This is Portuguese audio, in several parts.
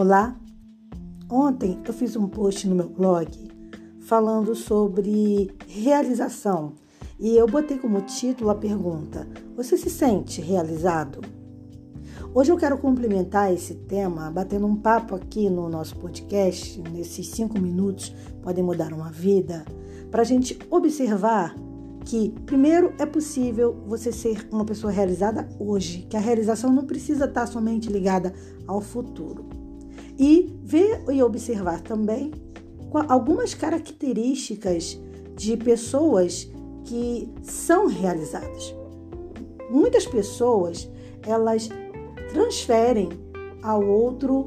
Olá! Ontem eu fiz um post no meu blog falando sobre realização e eu botei como título a pergunta: você se sente realizado? Hoje eu quero complementar esse tema batendo um papo aqui no nosso podcast, nesses 5 minutos podem mudar uma vida, para a gente observar que, primeiro, é possível você ser uma pessoa realizada hoje, que a realização não precisa estar somente ligada ao futuro. E ver e observar também algumas características de pessoas que são realizadas. Muitas pessoas, elas transferem ao outro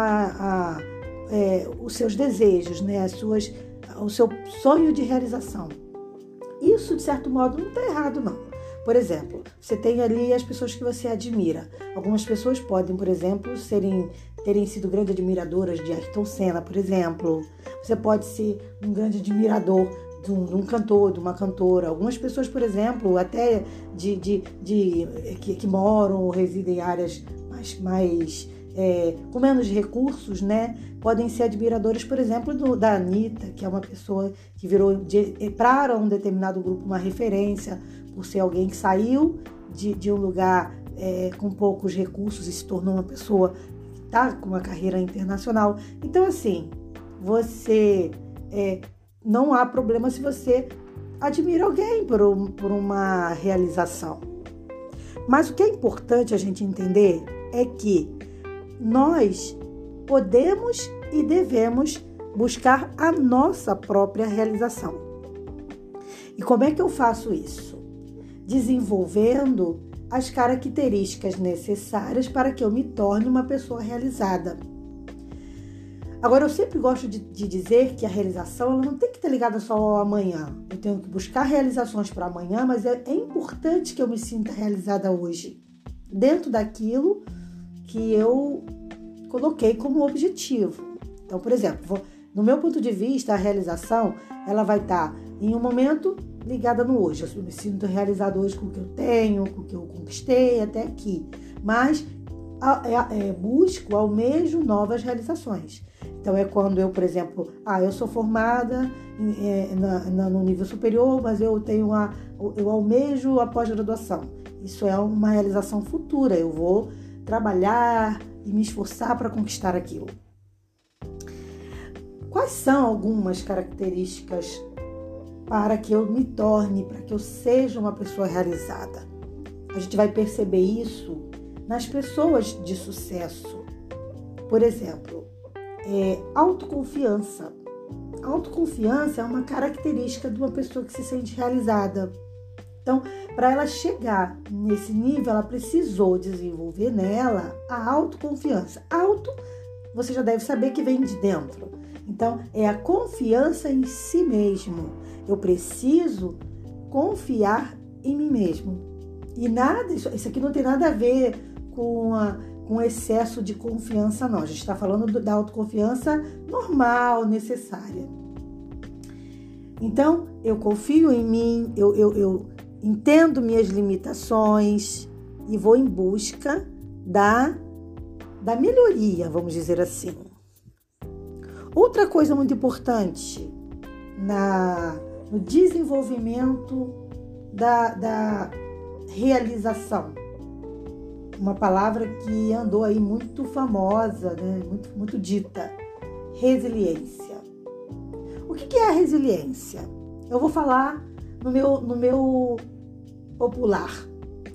os seus desejos, né? O seu sonho de realização. Isso, de certo modo, não está errado, não. Por exemplo, você tem ali as pessoas que você admira. Algumas pessoas podem, por exemplo, terem sido grandes admiradoras de Ayrton Senna, por exemplo. Você pode ser um grande admirador de um cantor, de uma cantora. Algumas pessoas, por exemplo, até que moram ou residem em áreas com menos recursos, né? Podem ser admiradores, por exemplo, da Anitta, que é uma pessoa que virou para um determinado grupo uma referência, por ser alguém que saiu de um lugar com poucos recursos e se tornou uma pessoa que está com uma carreira internacional. Então, assim, não há problema se você admira alguém por uma realização. Mas o que é importante a gente entender é que nós podemos e devemos buscar a nossa própria realização. E como é que eu faço isso? Desenvolvendo as características necessárias para que eu me torne uma pessoa realizada. Agora, eu sempre gosto de dizer que a realização ela não tem que estar ligada só ao amanhã. Eu tenho que buscar realizações para amanhã, mas é importante que eu me sinta realizada hoje, dentro daquilo que eu coloquei como objetivo. Então, por exemplo, no meu ponto de vista, a realização ela vai estar em um momento ligada no hoje. Eu me sinto realizado hoje com o que eu tenho, com o que eu conquistei até aqui. Mas almejo novas realizações. Então, é quando eu, por exemplo, eu sou formada no nível superior, mas eu almejo a pós-graduação. Isso é uma realização futura. Eu vou trabalhar e me esforçar para conquistar aquilo. Quais são algumas características para que eu me torne, para que eu seja uma pessoa realizada? A gente vai perceber isso nas pessoas de sucesso. Por exemplo, autoconfiança. Autoconfiança é uma característica de uma pessoa que se sente realizada. Então, para ela chegar nesse nível, ela precisou desenvolver nela a autoconfiança. Você já deve saber que vem de dentro. Então, é a confiança em si mesmo. Eu preciso confiar em mim mesmo. E isso aqui não tem nada a ver com excesso de confiança, não. A gente está falando da autoconfiança normal, necessária. Então, eu confio em mim, eu entendo minhas limitações e vou em busca da melhoria, vamos dizer assim. Outra coisa muito importante no desenvolvimento da realização, uma palavra que andou aí muito famosa, né? muito dita, resiliência. O que é a resiliência? Eu vou falar no meu popular.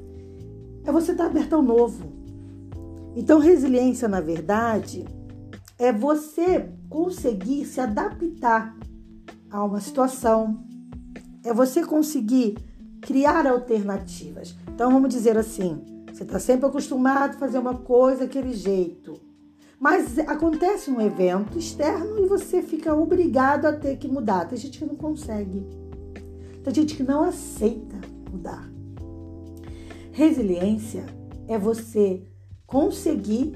É você estar aberto ao novo. Então, resiliência, na verdade, é você conseguir se adaptar a uma situação. É você conseguir criar alternativas. Então, vamos dizer assim, você está sempre acostumado a fazer uma coisa daquele jeito. Mas acontece um evento externo e você fica obrigado a ter que mudar. Tem gente que não consegue. Tem gente que não aceita mudar. Resiliência é você conseguir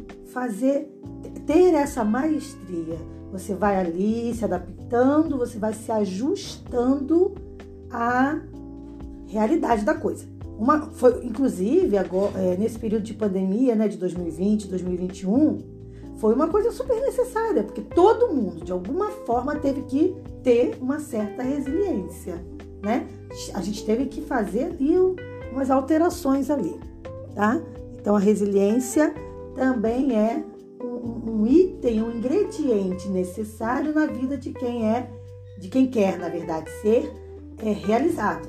ter essa maestria. Você vai ali se adaptando, você vai se ajustando à realidade da coisa. Inclusive, agora, nesse período de pandemia, né, de 2020, 2021, foi uma coisa super necessária, porque todo mundo, de alguma forma, teve que ter uma certa resiliência, né? A gente teve que fazer ali umas alterações ali, tá? Então, a resiliência também é um item, um ingrediente necessário na vida de quem quer, na verdade, ser realizado.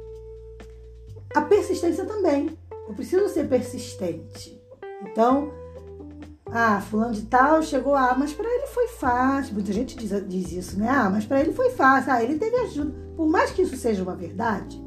A persistência também. Eu preciso ser persistente. Então, fulano de tal chegou, mas para ele foi fácil. Muita gente diz isso, né? Mas para ele foi fácil. Ele teve ajuda. Por mais que isso seja uma verdade,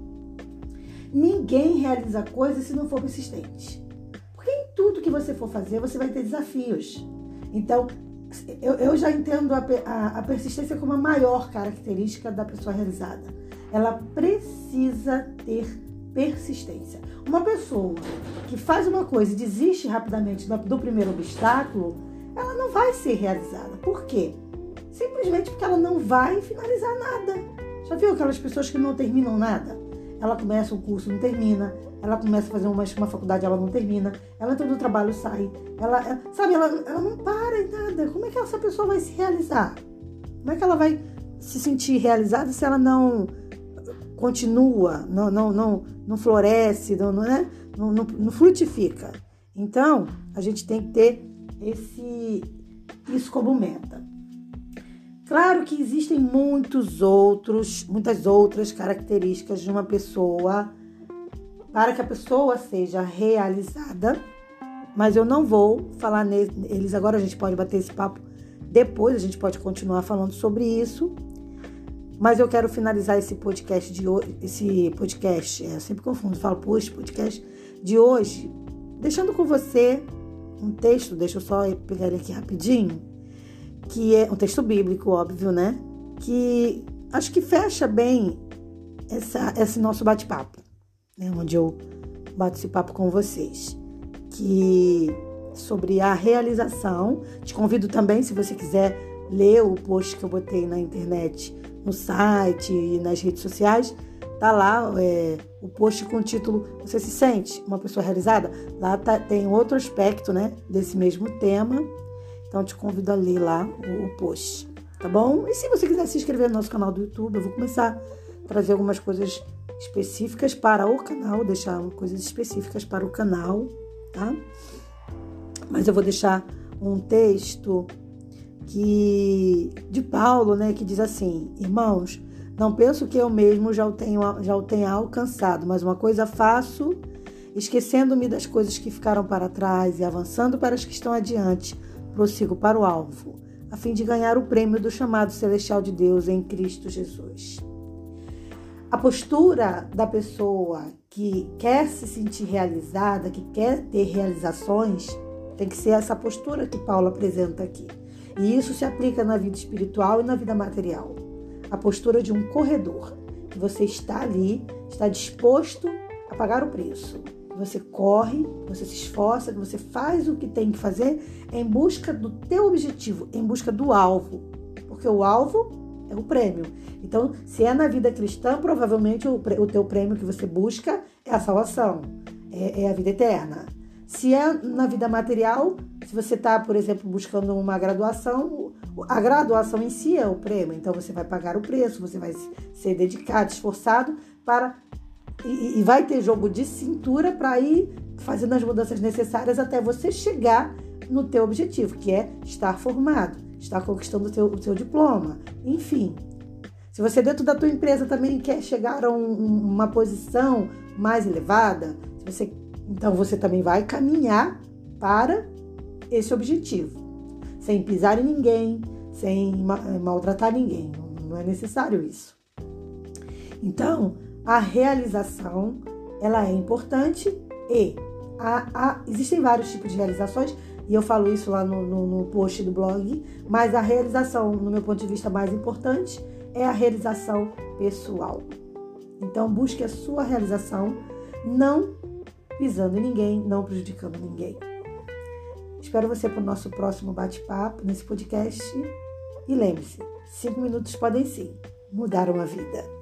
ninguém realiza coisas se não for persistente. Porque em tudo que você for fazer, você vai ter desafios. Então, eu já entendo a persistência como a maior característica da pessoa realizada. Ela precisa ter persistência. Uma pessoa que faz uma coisa e desiste rapidamente do primeiro obstáculo, ela não vai ser realizada. Por quê? Simplesmente porque ela não vai finalizar nada. Já viu aquelas pessoas que não terminam nada? Ela começa um curso, não termina. Ela começa a fazer uma faculdade, ela não termina. Ela entra no trabalho, sai. Ela não para em nada. Como é que essa pessoa vai se realizar? Como é que ela vai se sentir realizada se ela não continua, não floresce, não frutifica? Então, a gente tem que ter isso como meta. Claro que existem muitas outras características de uma pessoa para que a pessoa seja realizada, mas eu não vou falar neles agora. A gente pode bater esse papo depois, a gente pode continuar falando sobre isso, mas eu quero finalizar esse podcast de hoje, eu sempre confundo, falo podcast de hoje, deixando com você um texto, deixa eu só pegar ele aqui rapidinho, que é um texto bíblico, óbvio, né? Que acho que fecha bem esse nosso bate-papo, né? Onde eu bato esse papo com vocês, que sobre a realização. Te convido também, se você quiser ler o post que eu botei na internet, no site e nas redes sociais, tá lá o post com o título "Você se sente uma pessoa realizada?". Lá tem outro aspecto, né, desse mesmo tema. Então, te convido a ler lá o post, tá bom? E se você quiser se inscrever no nosso canal do YouTube, eu vou começar a trazer algumas coisas específicas para o canal, deixar coisas específicas para o canal, tá? Mas eu vou deixar um texto de Paulo, né, que diz assim: "Irmãos, não penso que eu mesmo já o tenha alcançado, mas uma coisa faço, esquecendo-me das coisas que ficaram para trás e avançando para as que estão adiante, prossigo para o alvo, a fim de ganhar o prêmio do chamado celestial de Deus em Cristo Jesus." A postura da pessoa que quer se sentir realizada, que quer ter realizações, tem que ser essa postura que Paulo apresenta aqui. E isso se aplica na vida espiritual e na vida material. A postura de um corredor, que você está ali, está disposto a pagar o preço. Você corre, você se esforça, você faz o que tem que fazer em busca do teu objetivo, em busca do alvo. Porque o alvo é o prêmio. Então, se é na vida cristã, provavelmente o teu prêmio que você busca é a salvação, é a vida eterna. Se é na vida material, se você está, por exemplo, buscando uma graduação, a graduação em si é o prêmio. Então, você vai pagar o preço, você vai ser dedicado, esforçado e vai ter jogo de cintura para ir fazendo as mudanças necessárias até você chegar no teu objetivo, que é estar formado, estar conquistando o seu diploma, enfim. Se você dentro da tua empresa também quer chegar a uma posição mais elevada, então você também vai caminhar para esse objetivo, sem pisar em ninguém, sem maltratar ninguém. Não é necessário isso. Então, a realização, ela é importante e existem vários tipos de realizações, e eu falo isso lá no post do blog, mas a realização, no meu ponto de vista, mais importante é a realização pessoal. Então, busque a sua realização, não pisando em ninguém, não prejudicando ninguém. Espero você para o nosso próximo bate-papo nesse podcast. E lembre-se, 5 minutos podem sim mudar uma vida.